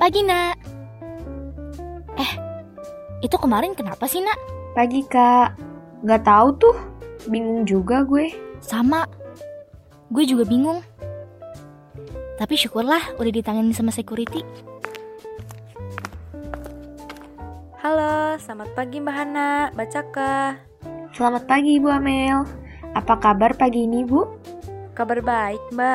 Pagi, Nak. Itu kemarin kenapa sih, Nak? Pagi, Kak. Nggak tahu tuh. Bingung juga gue. Sama. Gue juga bingung. Tapi syukurlah udah ditangani sama security. Halo, selamat pagi Mbak Hana, Mbak Caka. Selamat pagi, Ibu Amel. Apa kabar pagi ini, Bu? Kabar baik, Mbak.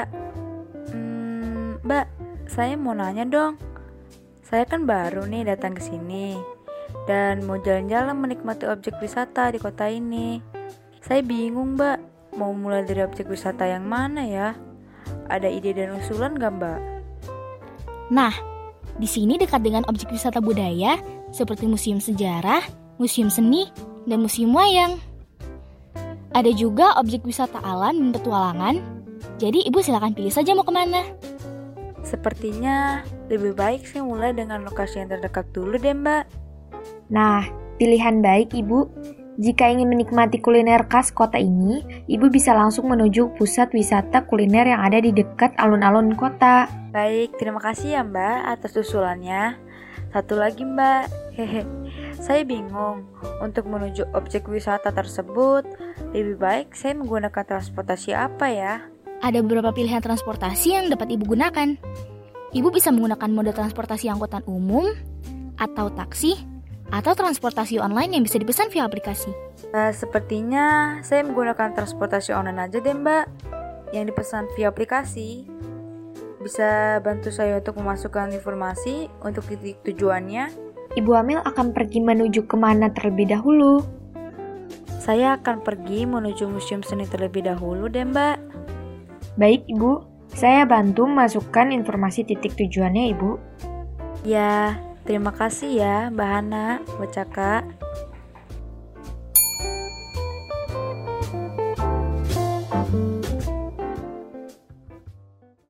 Mbak, saya mau nanya dong. Saya kan baru nih datang ke sini dan mau jalan-jalan menikmati objek wisata di kota ini. Saya bingung, Mbak, mau mulai dari objek wisata yang mana ya? Ada ide dan usulan gak, Mbak? Nah, di sini dekat dengan objek wisata budaya seperti museum sejarah, museum seni, dan museum wayang. Ada juga objek wisata alam dan petualangan. Jadi ibu silakan pilih saja mau kemana. Sepertinya lebih baik sih mulai dengan lokasi yang terdekat dulu deh, Mbak. Nah, pilihan baik, Ibu. Jika ingin menikmati kuliner khas kota ini, Ibu bisa langsung menuju pusat wisata kuliner yang ada di dekat alun-alun kota. Baik, terima kasih ya Mbak atas usulannya. Satu lagi Mbak, saya bingung untuk menuju objek wisata tersebut. Lebih baik saya menggunakan transportasi apa ya? Ada beberapa pilihan transportasi yang dapat ibu gunakan. Ibu bisa menggunakan moda transportasi angkutan umum, atau taksi, atau transportasi online yang bisa dipesan via aplikasi. Sepertinya saya menggunakan transportasi online aja deh Mbak, yang dipesan via aplikasi. Bisa bantu saya untuk memasukkan informasi untuk titik tujuannya? Ibu Amel akan pergi menuju kemana terlebih dahulu? Saya akan pergi menuju museum seni terlebih dahulu deh Mbak. Baik, Ibu. Saya bantu memasukkan informasi titik tujuannya, Ibu. Ya, terima kasih ya Mbak Hana, Mbak Caka.